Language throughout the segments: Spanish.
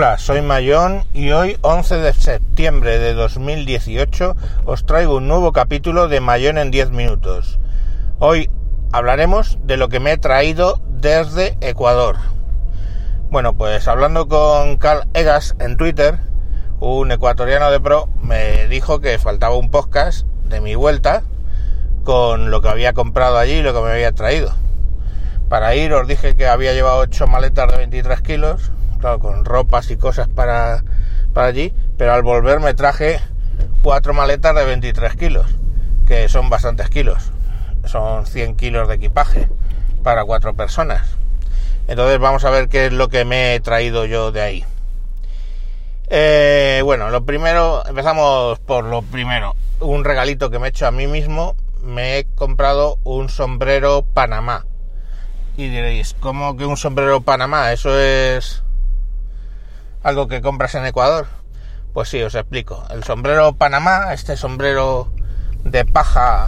Hola, soy Mayón y hoy, 11 de septiembre de 2018, os traigo un nuevo capítulo de Mayón en 10 minutos. Hoy hablaremos de lo que me he traído desde Ecuador. Bueno, pues hablando con Carl Egas en Twitter, un ecuatoriano de pro me dijo que faltaba un podcast de mi vuelta con lo que había comprado allí y lo que me había traído. Para ir os dije que había llevado 8 maletas de 23 kilos, claro, con ropas y cosas para allí, pero al volver me traje 4 maletas de 23 kilos, que son bastantes kilos, son 100 kilos de equipaje para 4 personas. Entonces vamos a ver qué es lo que me he traído yo de ahí. Bueno, lo primero, empezamos por lo primero, un regalito que me he hecho a mí mismo. Me he comprado un sombrero Panamá. Y diréis, ¿cómo que un sombrero Panamá? ¿Eso es algo que compras en Ecuador? Pues sí, os explico. El sombrero Panamá, este sombrero de paja,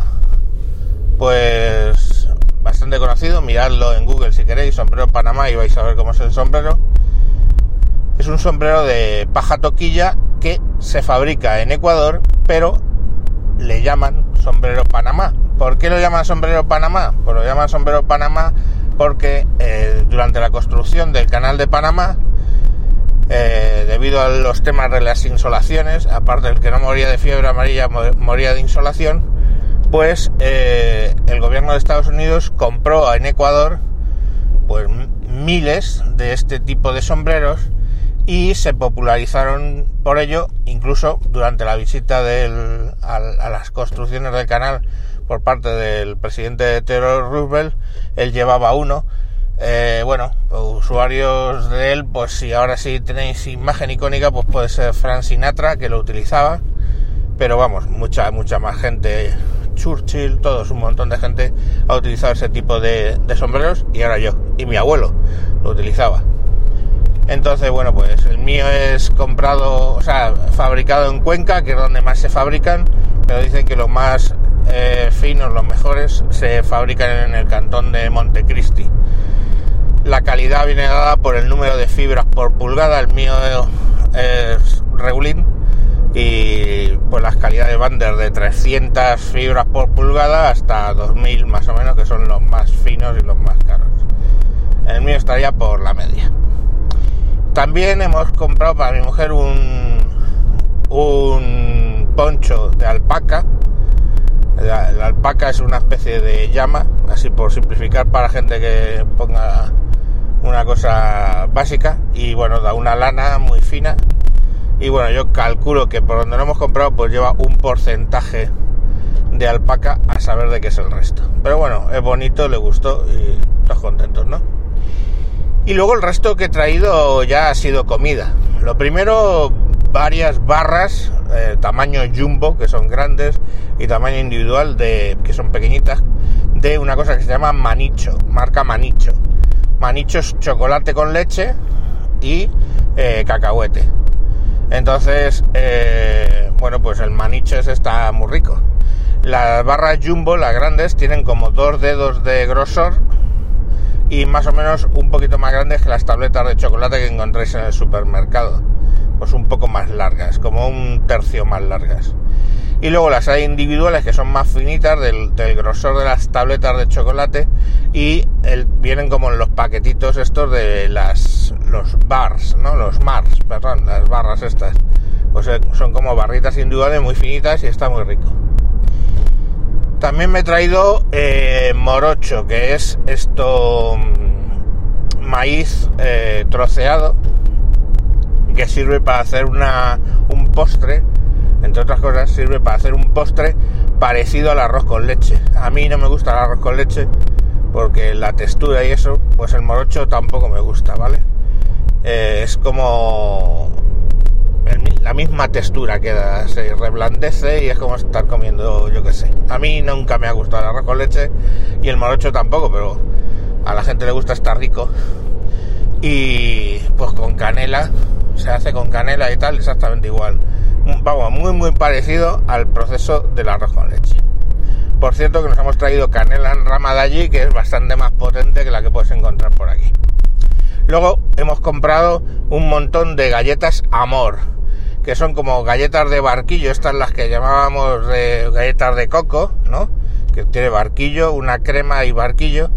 pues bastante conocido, miradlo en Google si queréis, sombrero Panamá, y vais a ver cómo es el sombrero. Es un sombrero de paja toquilla que se fabrica en Ecuador, pero le llaman sombrero Panamá. ¿Por qué lo llaman sombrero Panamá? Pues lo llaman sombrero Panamá porque durante la construcción del canal de Panamá, debido a los temas de las insolaciones, aparte del que no moría de fiebre amarilla, moría de insolación, pues el gobierno de Estados Unidos compró en Ecuador pues miles de este tipo de sombreros y se popularizaron por ello. Incluso durante la visita a las construcciones del canal por parte del presidente Theodore Roosevelt, él llevaba uno. Bueno, usuarios de él, pues si ahora sí tenéis imagen icónica, pues puede ser Frank Sinatra, que lo utilizaba, pero vamos, mucha más gente, Churchill, todos, un montón de gente ha utilizado ese tipo de sombreros, y ahora yo, y mi abuelo lo utilizaba. Entonces, bueno, pues el mío es comprado, o sea, fabricado en Cuenca, que es donde más se fabrican, pero dicen que los más finos, los mejores, se fabrican en el cantón de Montecristi. La calidad viene dada por el número de fibras por pulgada. El mío es regulín y pues las calidades van desde 300 fibras por pulgada hasta 2000 más o menos, que son los más finos y los más caros. El mío estaría por la media. También hemos comprado para mi mujer un poncho de alpaca. La alpaca es una especie de llama, así por simplificar para gente que ponga una cosa básica, y bueno, da una lana muy fina, y bueno, yo calculo que por donde lo hemos comprado pues lleva un porcentaje de alpaca, a saber de qué es el resto, pero bueno, es bonito, le gustó y todos contentos, ¿no? Y luego el resto que he traído ya ha sido comida. Lo primero, varias barras tamaño jumbo, que son grandes, y tamaño individual, que son pequeñitas, de una cosa que se llama Manicho, marca Manicho. Manicho es chocolate con leche y cacahuete. Entonces, bueno, pues el Manicho ese está muy rico. Las barras jumbo, las grandes, tienen como 2 dedos de grosor y más o menos un poquito más grandes que las tabletas de chocolate que encontráis en el supermercado, pues un poco más largas, como un tercio más largas. Y luego las hay individuales, que son más finitas, del grosor de las tabletas de chocolate, y vienen como en los paquetitos estos de los bars, ¿no? Los Mars, perdón, las barras estas, pues son como barritas individuales muy finitas y está muy rico. También me he traído morocho, que es esto, maíz troceado, que sirve para hacer un postre. Entre otras cosas, sirve para hacer un postre parecido al arroz con leche. A mí no me gusta el arroz con leche porque la textura y eso, pues el morocho tampoco me gusta, ¿vale? Es como la misma textura queda, se reblandece y es como estar comiendo, yo qué sé. A mí nunca me ha gustado el arroz con leche y el morocho tampoco, pero a la gente le gusta, estar rico. Y pues con canela, se hace con canela y tal, exactamente igual. Vamos, muy parecido al proceso del arroz con leche. Por cierto, que nos hemos traído canela en rama de allí, que es bastante más potente que la que puedes encontrar por aquí. Luego hemos comprado un montón de galletas Amor, que son como galletas de barquillo, estas las que llamábamos de galletas de coco, ¿no? Que tiene barquillo, una crema y barquillo.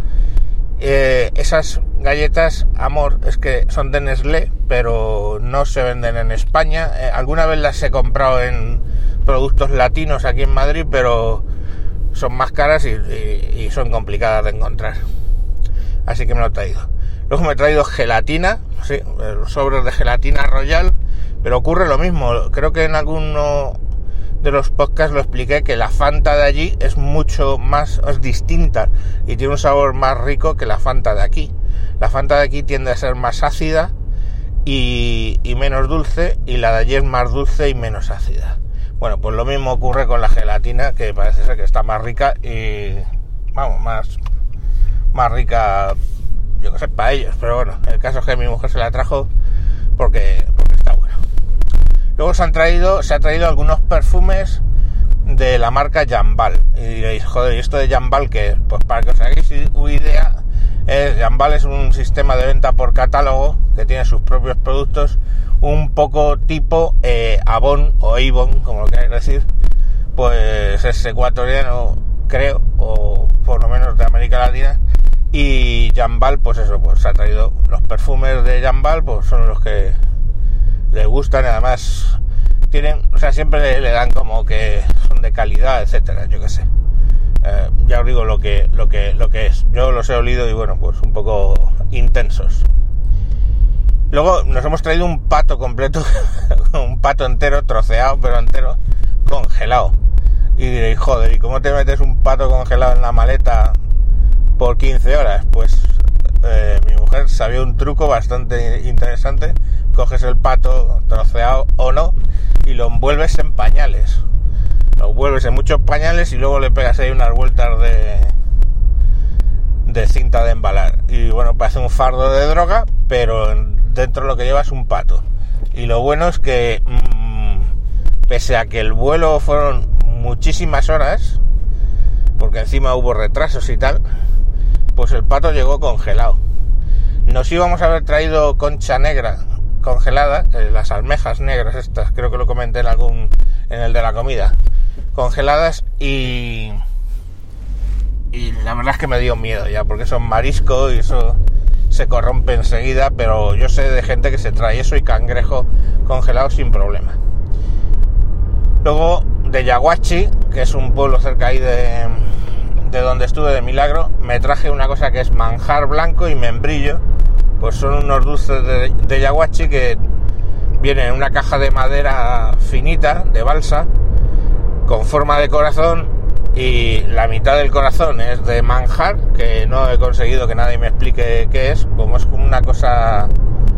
Esas galletas Amor es que son de Nestlé, pero no se venden en España. Alguna vez las he comprado en productos latinos aquí en Madrid, pero son más caras y son complicadas de encontrar. Así que me lo he traído. Luego me he traído gelatina, sí, sobres de gelatina Royal, pero ocurre lo mismo. Creo que en alguno de los podcasts lo expliqué, que la Fanta de allí es mucho más, es distinta y tiene un sabor más rico que la Fanta de aquí. La Fanta de aquí tiende a ser más ácida y menos dulce, y la de allí es más dulce y menos ácida. Bueno, pues lo mismo ocurre con la gelatina, que parece ser que está más rica y, vamos, más rica, yo que sé, para ellos. Pero bueno, el caso es que mi mujer se la trajo porque está bueno. Luego se ha traído algunos perfumes de la marca Jambal. Y diréis, joder, ¿y esto de Jambal qué es? Pues para que os hagáis una idea, Jambal es un sistema de venta por catálogo que tiene sus propios productos, un poco tipo Avon o Avon, como lo queráis decir. Pues es ecuatoriano, creo, o por lo menos de América Latina. Y Jambal, pues eso, pues se ha traído los perfumes de Jambal, pues son los que le gustan, y además tienen, o sea, siempre le dan como que son de calidad, etcétera, yo qué sé. Ya os digo lo que es. Yo los he olido y bueno, pues un poco intensos. Luego nos hemos traído un pato completo, un pato entero, troceado, pero entero, congelado. Y diréis, joder, ¿y cómo te metes un pato congelado en la maleta por 15 horas? Pues mi mujer sabía un truco bastante interesante. Coges el pato troceado o no y lo envuelves en pañales. Lo envuelves en muchos pañales y luego le pegas ahí unas vueltas de cinta de embalar. Y bueno, parece un fardo de droga, pero dentro lo que lleva es un pato. Y lo bueno es que pese a que el vuelo fueron muchísimas horas, porque encima hubo retrasos y tal, pues el pato llegó congelado. Nos íbamos a haber traído concha negra congelada, las almejas negras estas, creo que lo comenté en el de la comida, congeladas, y la verdad es que me dio miedo ya, porque son marisco y eso se corrompe enseguida, pero yo sé de gente que se trae eso y cangrejo congelado sin problema. Luego de Yaguachi, que es un pueblo cerca ahí de donde estuve, de Milagro, me traje una cosa que es manjar blanco y membrillo. Pues son unos dulces de Yaguachi que vienen en una caja de madera finita, de balsa, con forma de corazón, y la mitad del corazón es de manjar, que no he conseguido que nadie me explique qué es, como es como una cosa,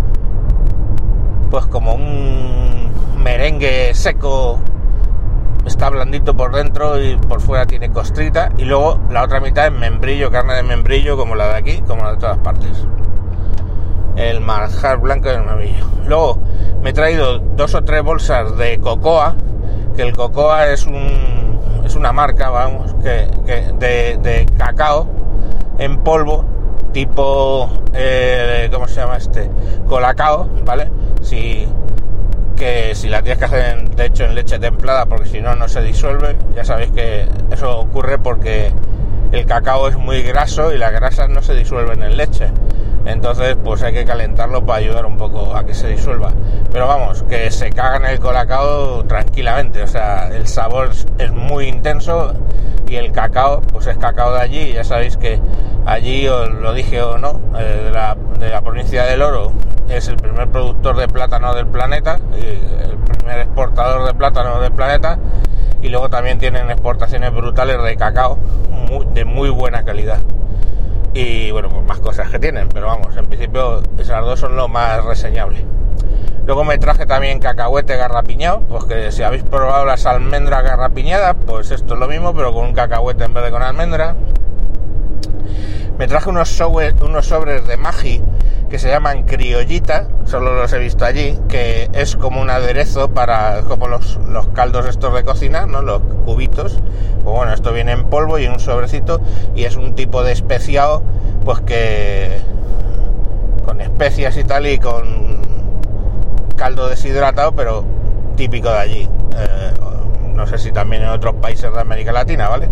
pues como un merengue seco, está blandito por dentro y por fuera tiene costrita, y luego la otra mitad es membrillo, carne de membrillo, como la de aquí, como la de todas partes. El manjar blanco y el membrillo. Luego me he traído 2 o 3 bolsas de cocoa, que el cocoa es una marca, vamos, que de cacao en polvo, tipo ¿cómo se llama este? Colacao, ¿vale? Si la tienes que hacer de hecho en leche templada, porque si no se disuelve. Ya sabéis que eso ocurre porque el cacao es muy graso y las grasas no se disuelven en leche. Entonces pues hay que calentarlo para ayudar un poco a que se disuelva. Pero vamos, que se cagan el colacao tranquilamente. O sea, el sabor es muy intenso y el cacao pues es cacao de allí. Y ya sabéis que allí, os lo dije o no, de la provincia del Oro, es el primer productor de plátano del planeta, el primer exportador de plátano del planeta, y luego también tienen exportaciones brutales de cacao de muy buena calidad. Y bueno, pues más cosas que tienen, pero vamos, en principio esas dos son lo más reseñable. Luego me traje también cacahuete garrapiñado, pues que si habéis probado las almendras garrapiñadas, pues esto es lo mismo, pero con un cacahuete en vez de con almendra. Me traje unos sobres de Maggi que se llaman criollita, solo los he visto allí, que es como un aderezo para, como los caldos estos de cocina, ¿no? Los cubitos. Pues bueno, esto viene en polvo y en un sobrecito, y es un tipo de especiado, pues que especias y tal, y con caldo deshidratado, pero típico de allí. No sé si también en otros países de América Latina, ¿vale?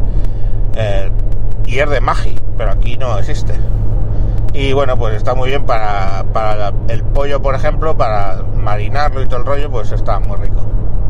Y es de Maggi, pero aquí no existe. Y bueno, pues está muy bien para el pollo, por ejemplo, para marinarlo y todo el rollo, pues está muy rico.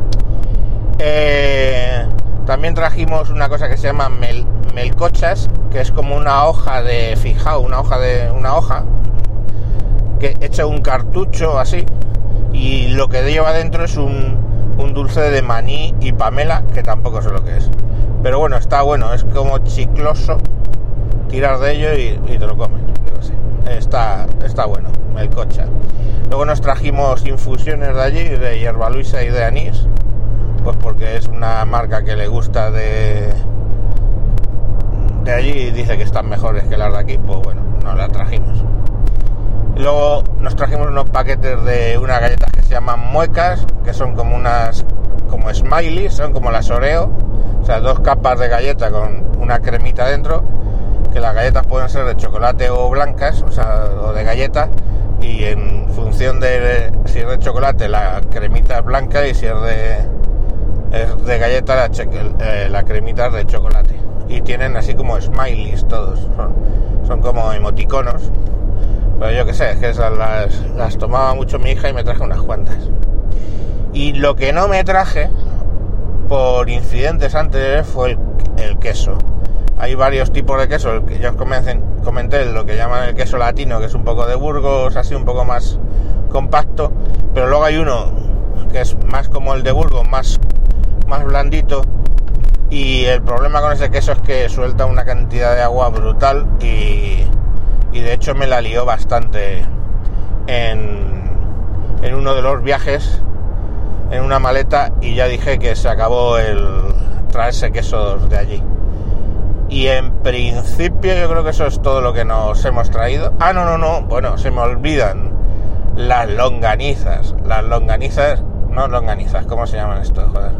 También trajimos una cosa que se llama melcochas, que es como una hoja de fijao, una hoja que echa un cartucho así, y lo que lleva dentro es un dulce de maní y pamela, que tampoco sé lo que es, pero bueno, está bueno, es como chicloso, tiras de ello y te lo comes. Está bueno, melcocha. Luego nos trajimos infusiones de allí, de hierba luisa y de anís, pues porque es una marca que le gusta de allí y dice que están mejores que las de aquí, pues bueno, nos las trajimos. Y luego nos trajimos unos paquetes de unas galletas que se llaman muecas, que son como smileys, son como las Oreo, o sea, 2 capas de galleta con una cremita dentro, que las galletas pueden ser de chocolate o blancas, o de galleta, y en función de si es de chocolate la cremita es blanca, y si es de galleta la cremita es de chocolate. Y tienen así como smileys todos, son como emoticonos, pero yo qué sé, es que esas las tomaba mucho mi hija y me traje unas cuantas. Y lo que no me traje por incidentes anteriores fue el queso. Hay varios tipos de queso, el que ya os comenté, lo que llaman el queso latino, que es un poco de Burgos, así un poco más compacto, pero luego hay uno que es más como el de Burgos, más blandito, y el problema con ese queso es que suelta una cantidad de agua brutal, y de hecho me la lió bastante en uno de los viajes, en una maleta, y ya dije que se acabó el traerse quesos de allí. Y en principio yo creo que eso es todo lo que nos hemos traído. No, bueno, se me olvidan las longanizas, ¿cómo se llaman esto? Joder.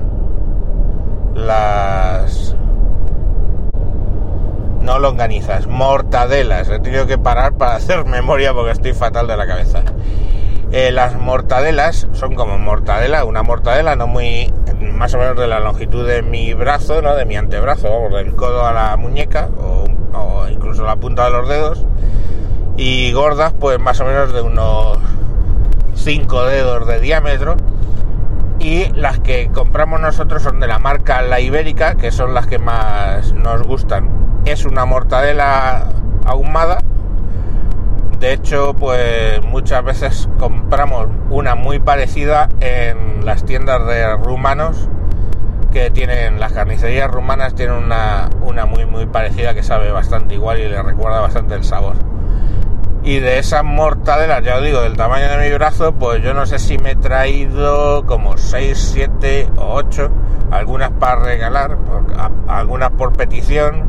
No longanizas, mortadelas. He tenido que parar para hacer memoria porque estoy fatal de la cabeza. Las mortadelas son como mortadela, una mortadela no muy, más o menos de la longitud de mi brazo, ¿no? De mi antebrazo, vamos, del codo a la muñeca o incluso la punta de los dedos, y gordas pues más o menos de unos 5 dedos de diámetro. Y las que compramos nosotros son de la marca La Ibérica, que son las que más nos gustan. Es una mortadela ahumada. De hecho, pues muchas veces compramos una muy parecida en las tiendas de rumanos, que tienen, las carnicerías rumanas tienen una muy muy parecida, que sabe bastante igual y le recuerda bastante el sabor. Y de esas mortadelas, ya os digo, del tamaño de mi brazo, pues yo no sé si me he traído como 6, 7 o 8, algunas para regalar, algunas por petición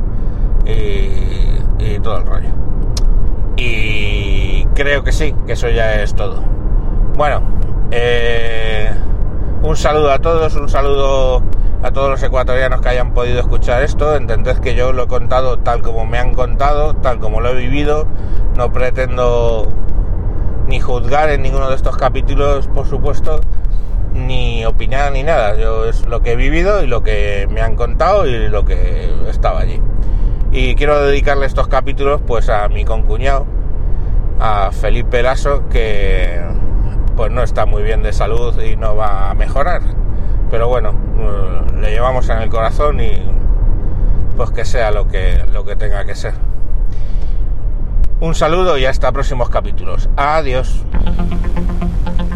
y todo el rollo. Y creo que sí, que eso ya es todo. Bueno, un saludo a todos, un saludo a todos los ecuatorianos que hayan podido escuchar esto. Entended que yo lo he contado tal como me han contado, tal como lo he vivido. No pretendo ni juzgar en ninguno de estos capítulos, por supuesto, ni opinar ni nada. Yo es lo que he vivido y lo que me han contado y lo que estaba allí. Y quiero dedicarle estos capítulos pues a mi concuñado, a Felipe Lasso, que pues no está muy bien de salud y no va a mejorar, pero bueno, le llevamos en el corazón y pues que sea lo que tenga que ser. Un saludo y hasta próximos capítulos. Adiós.